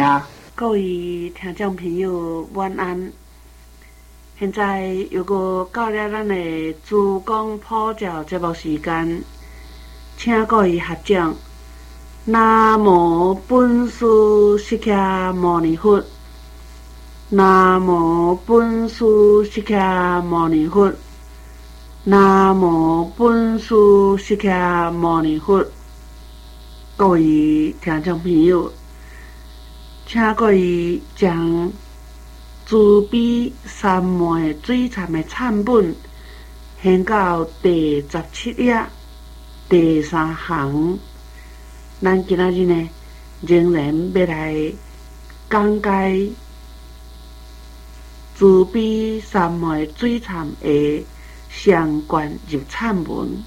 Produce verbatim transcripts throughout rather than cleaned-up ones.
啊！各位听众朋友，晚安。现在又过到了咱的珠江普教节目时间，请各位合掌。南无本师释迦牟尼佛。南无本师释迦牟尼佛。南无本师释迦牟尼佛。各位听众朋友，请各位将慈悲三昧水忏的忏本献到第十七页第三行。咱今仔日呢，仍然要来讲解慈悲三昧水忏的相关入忏文。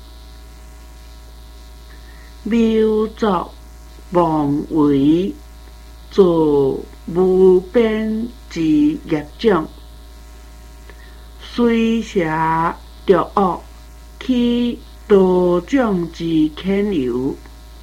妙作妄为，做无边之业障，随舍着恶，起多种之牵由。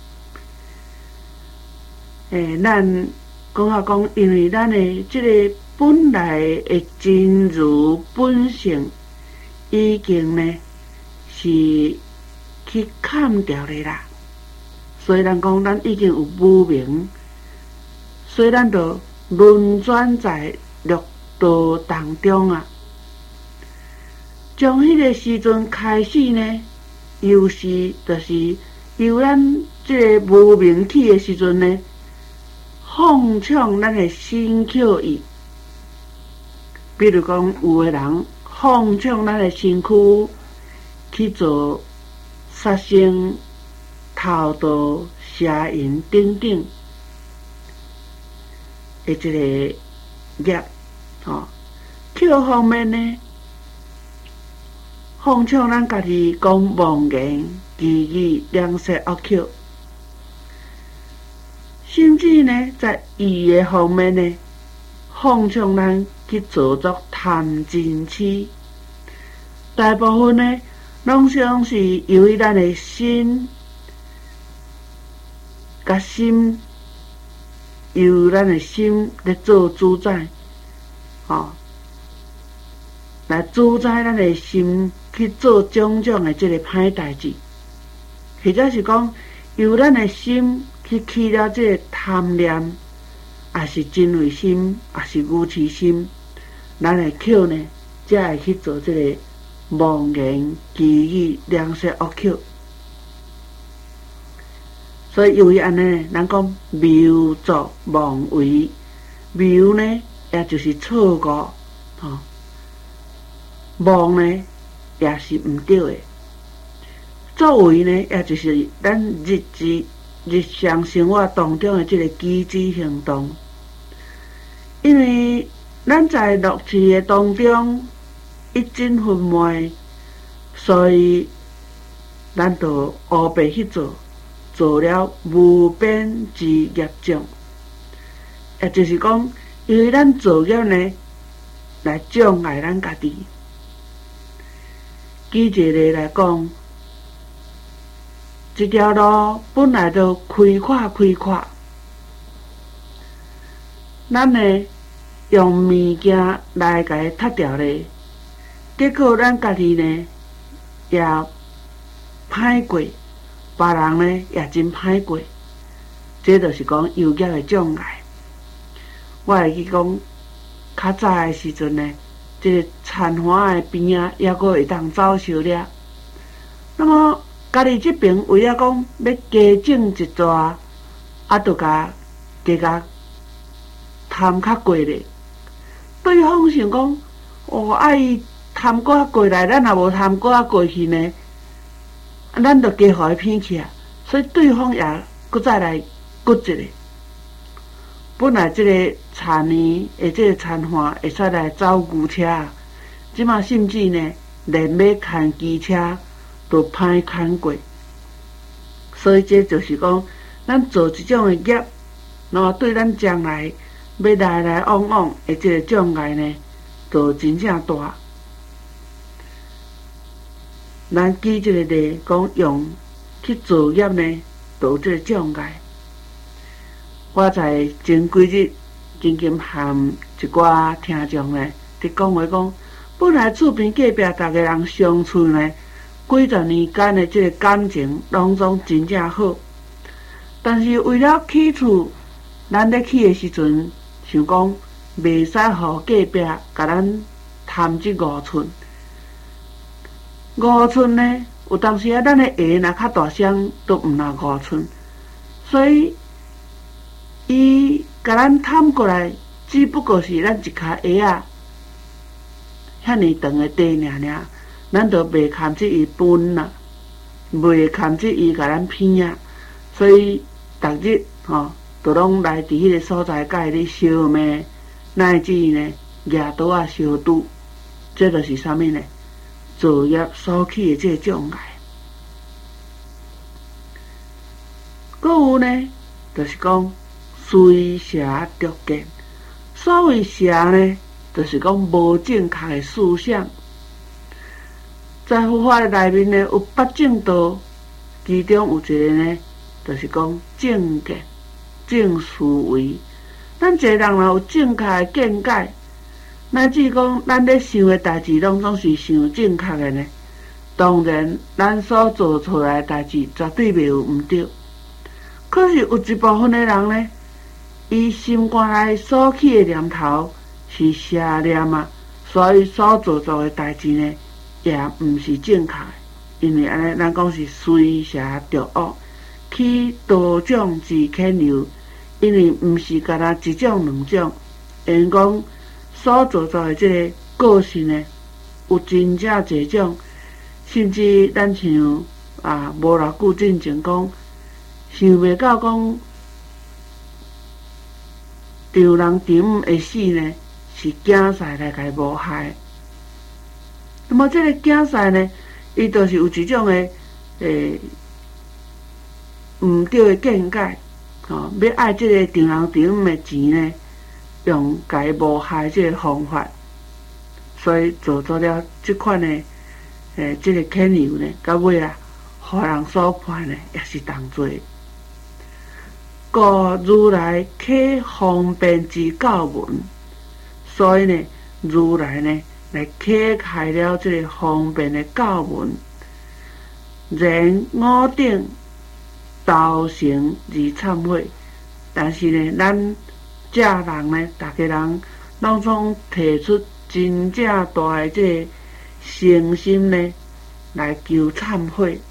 诶，咱讲下讲，因为咱的这个本来的真如本性，已经呢是去砍掉的啦。虽然讲咱已经有无明，虽然就轮转在六道当中啊，从迄个时阵开始呢，又是就是由咱这个无明起的时阵呢，放纵咱的身口意。比如讲，有的人放纵咱的身躯去做杀生、偷盗、邪淫等等的这个业，吼，口方面呢，放纵咱家己讲妄言、绮语、两舌恶口，甚至呢，在意的方面呢，放纵咱去做作贪嗔痴，大部分呢，拢像是由于咱的心。甲心由咱的心来做主宰，吼、哦，来主宰咱的心去做种种的这个歹代志，或者是讲由咱的心去起了这个贪念，也是敬畏心，也是愚痴心，咱的口呢，才会去做这个妄言、绮语、两舌恶口。所以由于安尼，咱讲谬作妄为，谬呢，也就是错误，吼、哦，妄呢，也是毋对的。作为呢，也就是咱日日日常生活当中的这个机智行动。因为咱在乐趣的当中一真昏昧，所以咱就乌白去做。做了无边之业障，也就是讲，因为咱做业呢，来障碍咱家己。举一个例来讲，这条路本来就开阔开阔，咱呢用物件来甲伊踢掉咧，结果咱家己呢也歹过。别人呢也真歹过，这就是讲有业的障碍。我会去讲，较早的时阵呢，这个田花的边啊，还阁会当走烧了。那么家己这边为了讲要加种一抓，啊，就甲加甲摊较过咧。对方想讲，哦，啊伊摊过过来，咱也无摊过过去呢。咱就加互伊骗去啊，所以对方也搁再来骨一个。本来这个田园的这个田花会使来走牛车，即马甚至呢，连要牵机车都歹牵过。所以这就是讲，咱做这种的业，那么对咱将来要来来往往的这个障碍呢，就真正大。咱举一个例，讲用去做业呢，导致障碍。我在前几日真金含一寡听众呢，伫讲话讲，本来厝边隔壁逐个人相处呢，几十年间的即个感情拢总真正好，但是为了起厝，咱咧起的时阵，想讲袂使互隔壁甲咱贪即五寸。五寸呢，有当时啊，咱的鞋若较大声，都毋若五寸，所以伊甲咱贪过来，只不过是咱一骹鞋啊，遐尼长的地尔尔，咱就袂堪即伊分啦，袂堪即伊甲咱偏啊，所以逐日吼，都拢来伫迄个所在甲伊咧相骂，乃至呢举刀啊相拄，这就是啥物呢？造业所起的这个障碍。搁有呢，就是讲随邪着见。所谓邪呢，就是讲无正确的思想。在佛法的内面呢，有八正道，其中有一个呢，就是讲正见、正思维。咱一个人若有正确的见解，乃至讲咱咧想的代志，拢总是想正确的呢。当然，咱所做出来的代志绝对袂有毋对。可是有一部分的人呢，伊心肝内所起的念头是邪念啊，所以所做做的代志呢，也毋是正确的。因为安尼，咱讲是随邪着恶，起多种自牵流。因为毋是干那一种两种，因讲所做做的这个个性呢，有真正侪种，甚至咱像啊无偌久之前讲，想袂到讲丈人丈母会死呢，是囝婿来甲伊无害。那么这个囝婿呢，伊就是有一种的诶毋对的见解。哦，要爱即个丈人丈母的钱呢，用甲伊无害即个方法，所以做做了即款的诶，即、这个牵流呢，到尾啊，互人所判呢，也是同罪。故如来启方便之教门，所以呢，如来呢来启开了即个方便的教门，然五顶。道成而忏悔，但是呢，咱这人呢，大家人拢总提出真正大的这个诚心呢，来求忏悔。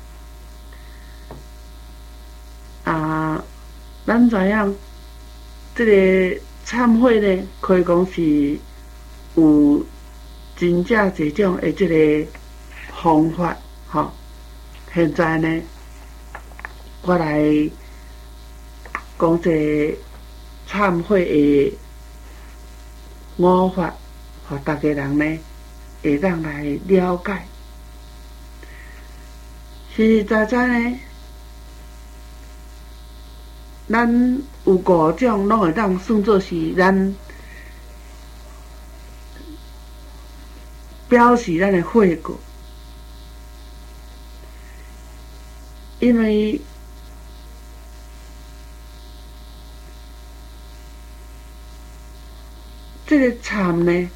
啊，咱知影这个忏悔呢，可以讲是有真正这种的这个方法，吼。现在呢。我来讲这忏悔的五法，互大家人呢会当来了解。实实在在呢，咱有五种拢会当算作是咱表示咱的悔过，因为。这个忏呢，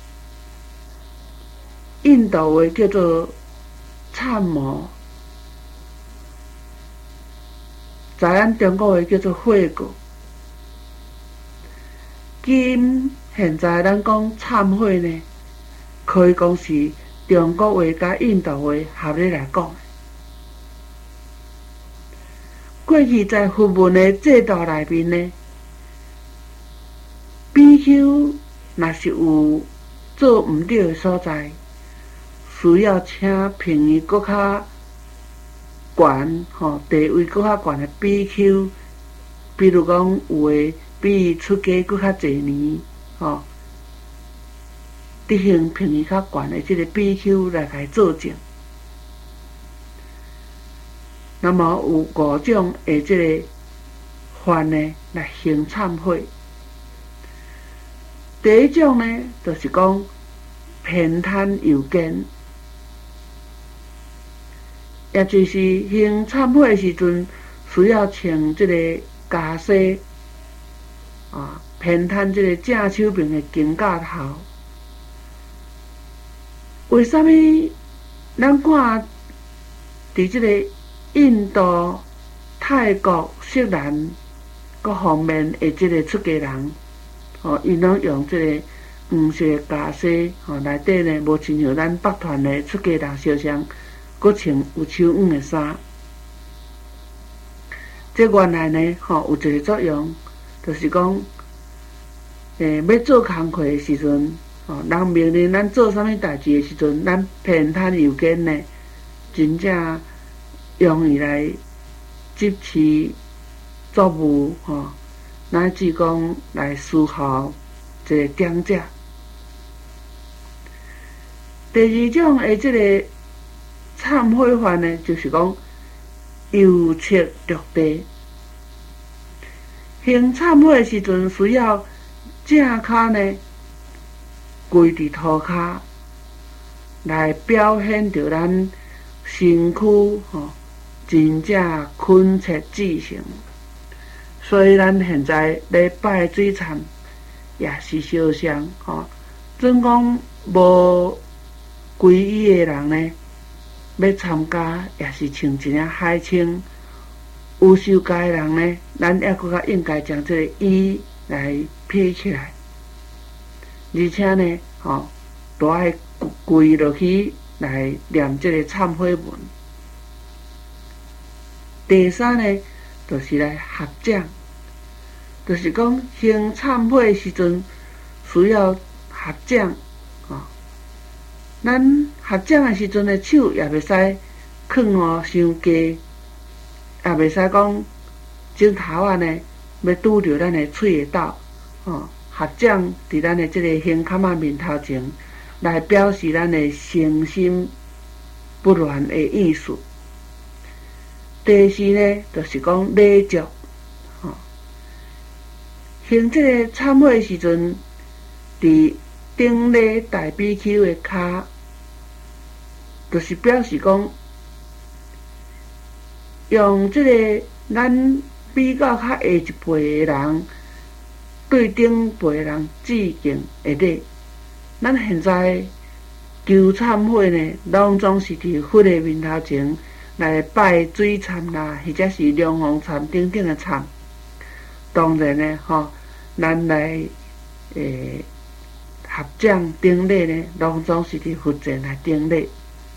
印度话叫做忏魔，在咱中国话叫做悔过。今现在咱讲忏悔呢，可以讲是中国话甲印度话合理来讲。过去在佛门的制度内面呢，比丘。若是有做毋对的所在，需要请评伊搁较悬吼，地位搁较悬的比丘，比如讲有诶比伊出家搁较侪年吼，德行评伊较悬的即个比丘来甲伊作证。那么有五种的即个法呢，来行忏悔。第一种呢，就是讲偏袒右见，也就是行忏悔的时阵，需要穿这个袈裟啊， 偏袒即个正手边的金架头。为什么咱看伫即个印度、泰国、越南各方面的即个出家人，吼，因拢用即个黄色袈裟，吼，内底呢无亲像咱北传的出家人烧香，佮穿有手黄的衫。这原来呢，吼，有一个作用，就是讲，诶，要做工课的时阵，吼，人命令咱做啥物代志的时阵，咱偏袒右肩呢，真正用伊来执持作务，吼，乃至讲来思考一个长者。第二种的即个忏悔法呢，就是讲右侧着地。行忏悔的时阵，需要正骹呢跪伫涂骹，来表现着咱身躯吼真正恳切至诚。所以咱现在咧拜水忏也是烧香吼，准讲无皈依的人呢，要参加也是穿一领海青。有修戒的人呢，咱还搁较应该将这个衣来披起来，而且呢，吼，都爱跪落去来念这个忏悔文。第三呢，就是来合掌，就是讲行忏悔的时阵需要合掌，吼。咱合掌的时阵的手也袂使放哦伤低。也袂使讲镜头啊呢，要拄着咱的喙的斗，吼，合掌伫咱的即个胸坎仔面头前，来表示咱的诚心不乱的意思。第四呢，就是讲礼足，吼，行即个忏悔时阵，伫顶礼大臂丘的骹，就是表示讲。用即个咱比较较下一辈的人对顶辈的人致敬的礼，咱现在求忏悔呢，拢总是伫佛的面头前来拜水忏啦，或者是龙王忏等等的忏。当然呢，吼，咱来诶合掌顶礼呢，拢总是伫佛前来顶礼。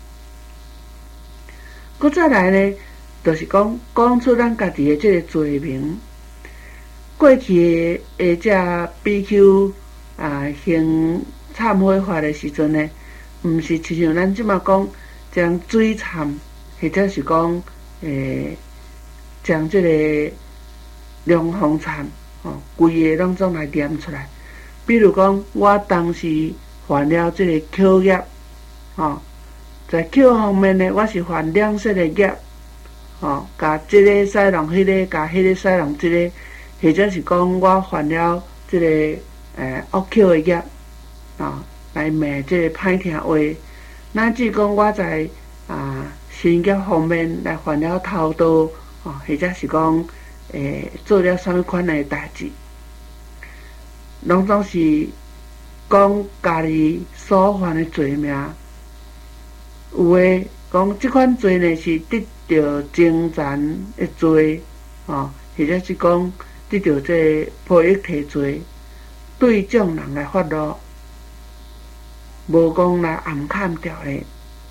搁再来呢？就是讲，讲出咱家己的即个罪名。过去的下只 B Q 啊行忏悔法的时阵呢，毋是亲像咱即马讲将水忏，或者是讲诶将即个龙凤忏吼，规个拢总来念出来。比如讲，我当时犯了即个口业，吼，在口方面呢，我是犯两色的业。吼，甲即个使弄迄个，甲迄个使弄即个，或者是讲我犯了即个诶恶口的业，吼，来骂即个歹听话，乃至讲我在啊身业方面来犯了偷盗，吼，或者是讲诶做了啥物款的代志，拢总是讲家己所犯的罪名，有诶讲即款罪呢是得。着精残的罪，吼，或者是讲得着这破益体罪，对众人来发落，无讲来暗砍掉的。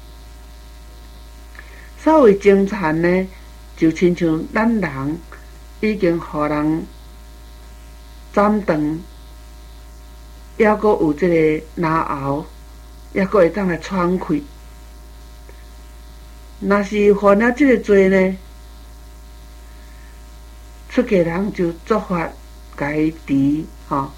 所谓精残呢，就亲像咱人已经互人斩断，抑阁有这个拿熬，抑阁会当来喘气。若是犯了这个罪呢，出家人就做法甲伊治，吼。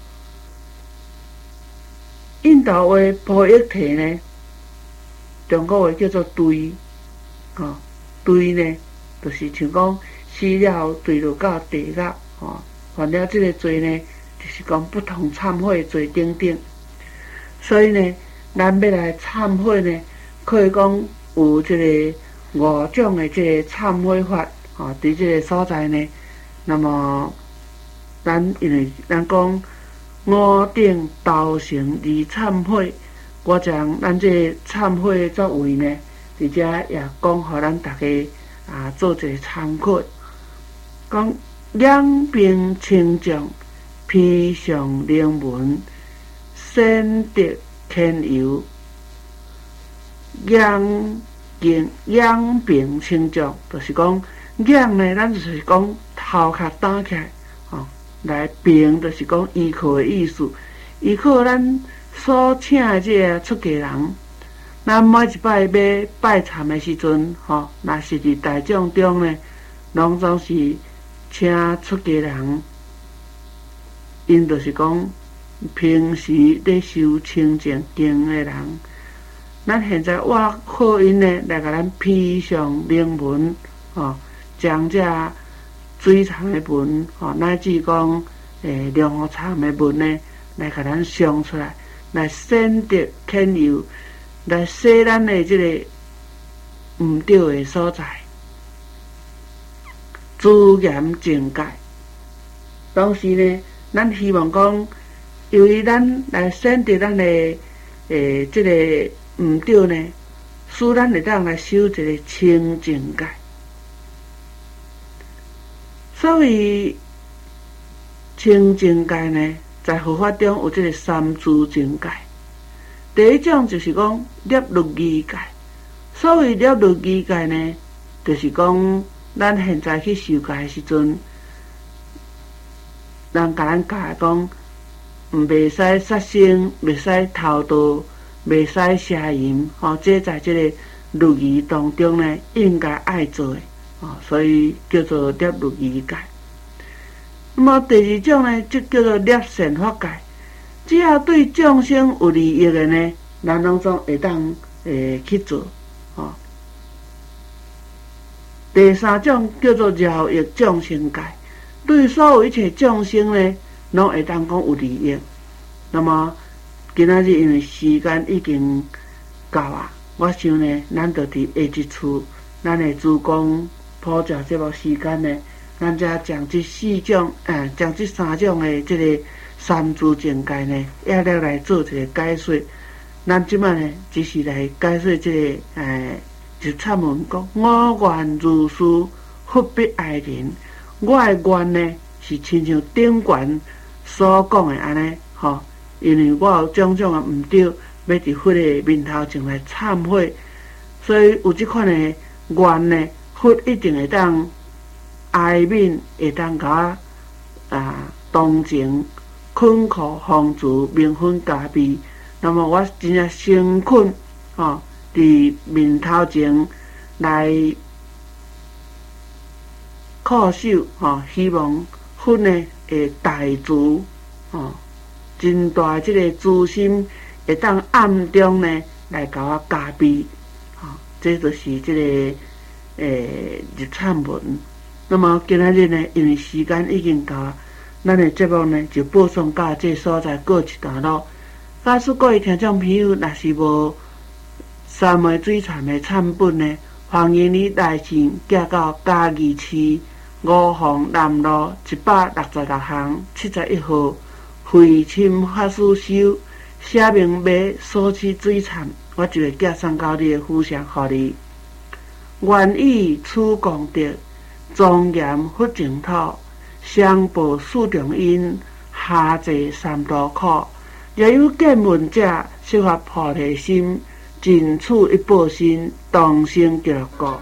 印度话破益体呢，中国话叫做对，吼，对呢，就是像讲死了对落到地狱，吼，犯了这个罪呢，就是讲不同忏悔罪等等。所以呢，咱要来忏悔呢，可以讲有这个。五种的这个忏悔法，吼，伫这个所在呢，那么咱因为咱讲五顶道成而忏悔。我将咱这忏悔作为呢，伫遮也讲互咱大家啊做一个参考。讲养病清净，披上灵文，显德天佑。养病养病清净，就是讲养呢，咱就是讲头壳打起来，吼、哦，来病就是讲依靠的意思，依靠咱所请的这个出家人，咱每一摆要拜忏的时阵，吼、哦，若是伫大众中呢，拢总是请出家人，因就是讲平时咧修清净经的人。咱现在我好因呢来甲咱披上灵文，吼、哦，将这水忏的文，吼、哦，乃至讲诶良忏的文呢，来甲咱上出来，来显德显佑，来洗咱的这个毋对的所在，自严正戒。同时呢，咱希望讲，由于咱来显德咱的诶这个。毋对呢，使咱会当来修一个清净戒。所谓清净戒呢，在佛法中有这个三自净戒。第一种就是讲摄律仪戒。所谓摄律仪戒呢，就是讲咱现在去受戒的时阵，人甲咱教讲，毋袂使杀生，袂使偷盗。袂使邪淫，吼、哦，这在这个律仪当中呢，应该爱做的，哦，所以叫做摄律仪戒。那么第二种呢，就叫做摄善法戒。只要对众生有利益的呢，咱拢总会当诶去做，哦。第三种叫做饶益众生戒，对所有一切众生呢，拢会当讲有利益。那么今仔日因为时间已经到啊，我想呢，咱就伫下一次咱的主讲普教节目时间呢，咱才将这四种，呃，将这三种的这个三自净戒呢，也了来做一个解说。咱即摆呢，只是来解说这个，呃，就忏文讲，我愿如是，佛必爱人。我的愿呢，是亲像顶悬所讲的安尼，吼。因为我有种种啊毋对，要伫佛的面头前来忏悔，所以有即款的愿呢，佛一定会当哀悯，会当甲我啊同情，困苦方助，名分加倍。那么我真正诚恳，吼、哦，伫面头前来恪守，吼、哦，希望佛呢会大慈，吼、哦。真大即个自心会当暗中呢来甲我加倍，吼、哦，这就是即、这个诶日忏文。那么今仔日呢，因为时间已经到，咱的节目呢就播送到这所在告一段落。假使各位听众朋友若是无三昧水忏的忏本呢，欢迎你来信寄到嘉义市五凤南路一百六十六巷七十一号。慧清法师收，写明要所持水忏，我就会寄送到你的府上，互你。愿以此功德，庄严佛净土，上报四重恩，下济三途苦。若有见闻者，悉发菩提心，尽此一报身，当生极乐国。